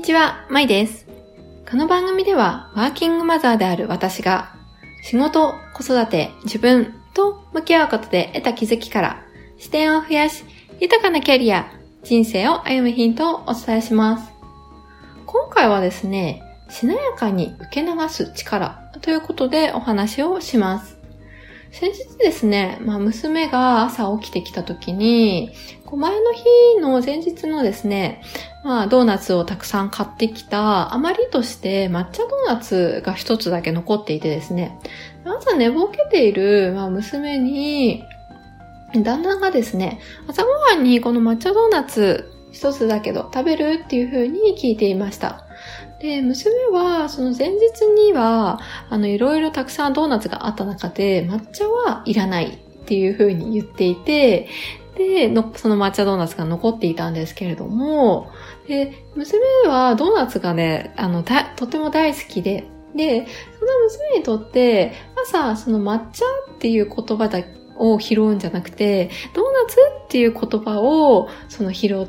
ちは、まいです。この番組ではワーキングマザーである私が仕事、子育て、自分と向き合うことで得た気づきから視点を増やし、豊かなキャリア、人生を歩むヒントをお伝えします。今回はですね、しなやかに受け流す力ということでお話をします。先日ですね、娘が朝起きてきた時に、前の日の前日のですね、ドーナツをたくさん買ってきた余りとして抹茶ドーナツが一つだけ残っていてですね、朝寝ぼけている娘に、旦那がですね、朝ごはんにこの抹茶ドーナツ一つだけど食べるっていう風に聞いていました。で、娘はその前日にはいろいろたくさんドーナツがあった中で抹茶はいらないっていう風に言っていて、で、その抹茶ドーナツが残っていたんですけれども、で、娘はドーナツがね、とても大好きで、で、その娘にとって朝その抹茶っていう言葉を拾うんじゃなくて、ドーナツっていう言葉を拾って、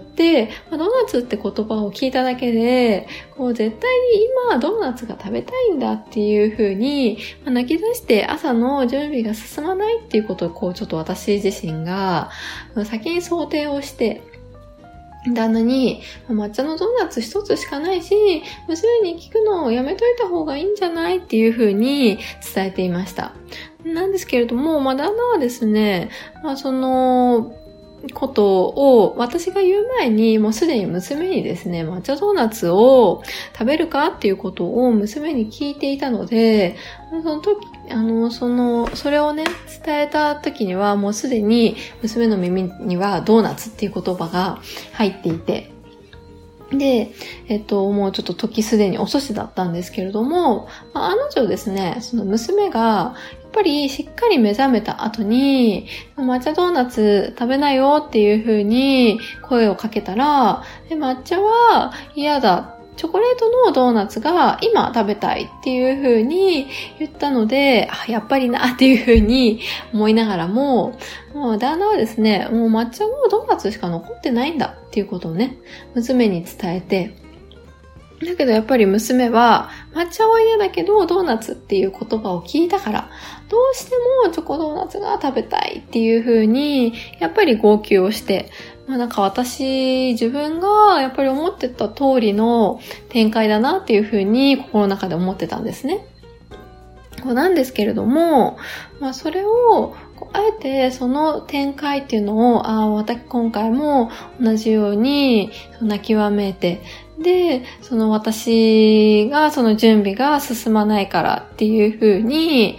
ドーナツって言葉を聞いただけで、絶対に今ドーナツが食べたいんだっていう風に、泣き出して朝の準備が進まないっていうことをちょっと私自身が先に想定をして、旦那に抹茶のドーナツ一つしかないし、娘に聞くのをやめといた方がいいんじゃないっていう風に伝えていました。なんですけれども、旦那はですね、そのことを私が言う前にもうすでに娘にですね、抹茶ドーナツを食べるかっていうことを娘に聞いていたので、その時、それをね、伝えた時にはもうすでに娘の耳にはドーナツっていう言葉が入っていて、で、もうちょっと時すでに遅しだったんですけれども、案の定ですね、その娘がやっぱりしっかり目覚めた後に、抹茶ドーナツ食べなよっていう風に声をかけたら、抹茶は嫌だ。チョコレートのドーナツが今食べたいっていう風に言ったので、やっぱりなっていう風に思いながらも、旦那はですね、もう抹茶のドーナツしか残ってないんだっていうことをね、娘に伝えて、だけどやっぱり娘は抹茶は嫌だけどドーナツっていう言葉を聞いたからどうしてもチョコドーナツが食べたいっていう風にやっぱり号泣をして、自分がやっぱり思ってた通りの展開だなっていう風に心の中で思ってたんですね。なんですけれども、それをあえてその展開っていうのを今回も同じように泣きわめいて、で、私がその準備が進まないからっていう風に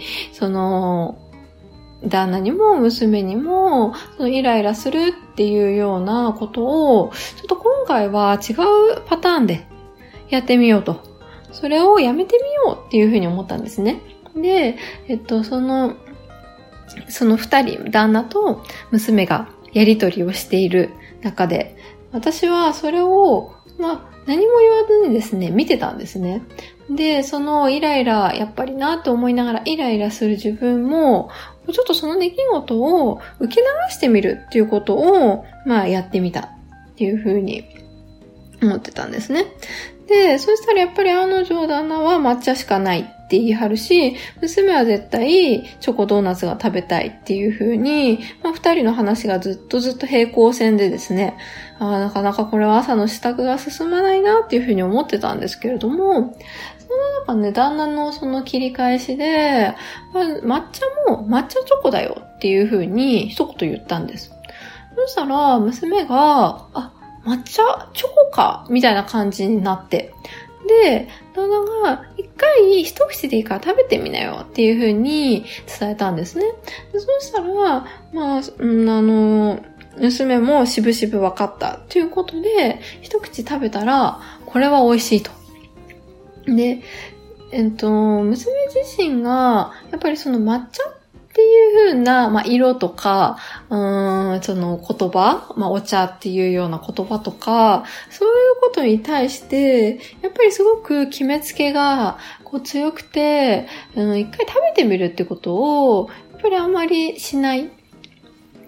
旦那にも娘にもイライラするっていうようなことをちょっと今回は違うパターンでやってみようと、それをやめてみようっていう風に思ったんですね。で、その二人、旦那と娘がやりとりをしている中で、私はそれを、何も言わずにですね、見てたんですね。で、イライラ、やっぱりなと思いながらイライラする自分も、ちょっとその出来事を受け流してみるっていうことを、やってみたっていうふうに思ってたんですね。で、そしたらやっぱり案の定旦那は抹茶しかないって言い張るし、娘は絶対チョコドーナツが食べたいっていう風に、二人の話がずっと平行線でですね、なかなかこれは朝の支度が進まないなっていう風に思ってたんですけれども、その中ね、旦那のその切り返しで、抹茶も抹茶チョコだよっていう風に一言言ったんです。そしたら娘が、抹茶チョコかみたいな感じになって。で、旦那が一回一口でいいから食べてみなよっていう風に伝えたんですね。でそうしたら、娘もしぶしぶ分かったということで、一口食べたら、これは美味しいと。で、娘自身が、やっぱりその抹茶っていう風な、色とか、その言葉、お茶っていうような言葉とか、そういうことに対して、やっぱりすごく決めつけが強くて、一回食べてみるってことを、やっぱりあんまりしないっ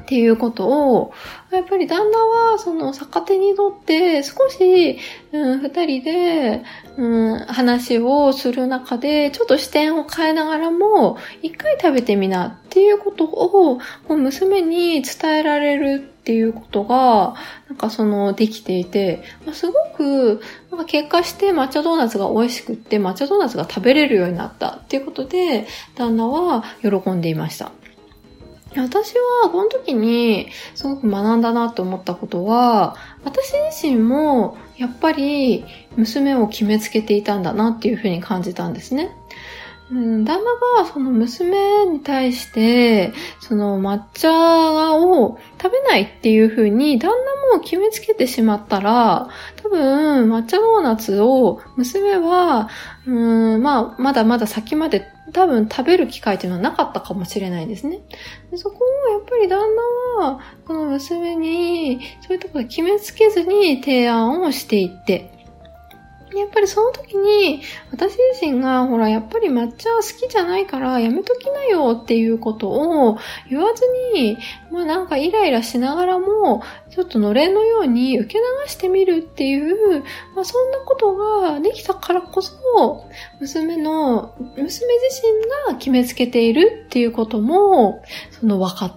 っていうことを、やっぱり旦那はその逆手にとって少し、二人で、話をする中でちょっと視点を変えながらも一回食べてみなっていうことを娘に伝えられるっていうことができていて、すごく結果して抹茶ドーナツが美味しくって抹茶ドーナツが食べれるようになったっていうことで旦那は喜んでいました。私はこの時にすごく学んだなと思ったことは、私自身もやっぱり娘を決めつけていたんだなっていうふうに感じたんですね。旦那がその娘に対してその抹茶を食べないっていう風に旦那も決めつけてしまったら、多分抹茶ドーナツを娘はまだまだ先まで多分食べる機会っていうのはなかったかもしれないですね。でそこをやっぱり旦那はこの娘にそういうところで決めつけずに提案をしていって、やっぱりその時に私自身がやっぱり抹茶好きじゃないからやめときなよっていうことを言わずに、イライラしながらもちょっとのれんのように受け流してみるっていう、そんなことができたからこそ娘自身が決めつけているっていうことも分かって、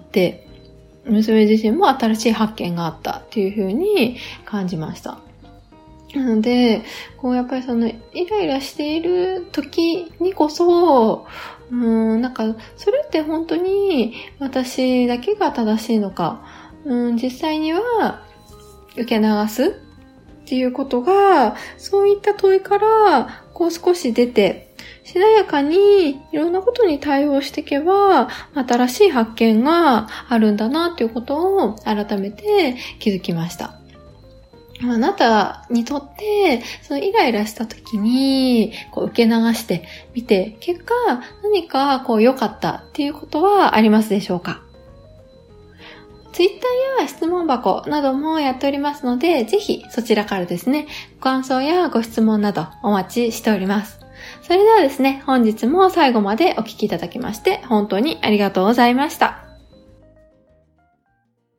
娘自身も新しい発見があったっていうふうに感じました。なので、やっぱりイライラしている時にこそ、それって本当に私だけが正しいのか、実際には受け流すっていうことが、そういった問いから少し出て、しなやかにいろんなことに対応していけば、新しい発見があるんだなっていうことを改めて気づきました。あなたにとって、イライラした時に、受け流してみて、結果、何か良かったっていうことはありますでしょうか？ツイッターや質問箱などもやっておりますので、ぜひそちらからですね、ご感想やご質問などお待ちしております。それではですね、本日も最後までお聞きいただきまして、本当にありがとうございました。